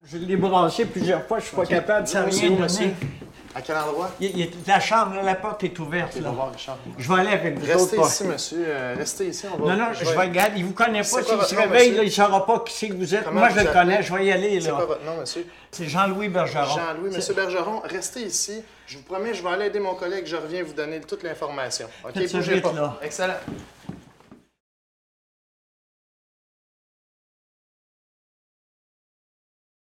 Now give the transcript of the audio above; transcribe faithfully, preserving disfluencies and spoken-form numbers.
Je l'ai branché plusieurs fois, je suis pas okay. capable, ça C'est rien où, donné. monsieur? À quel endroit? Il, il, la chambre, là, la porte est ouverte. Okay, là. on va voir, Richard. Je vais aller avec vous Restez autres, ici, pas. monsieur. Euh, restez ici, on va... Non, non, je, je vais regarder. Il vous connaît pas. S'il se nom, réveille, monsieur? là, il ne saura pas qui c'est que vous êtes. Comment Moi, vous je le appelez? connais, je vais y aller. C'est là. quoi votre nom, monsieur? C'est Jean-Louis Bergeron. Jean-Louis. Monsieur Bergeron, restez ici. Je vous promets, je vais aller aider mon collègue. Je reviens vous donner toute l'information. OK, Faites ça bougez vite, pas. là. Excellent.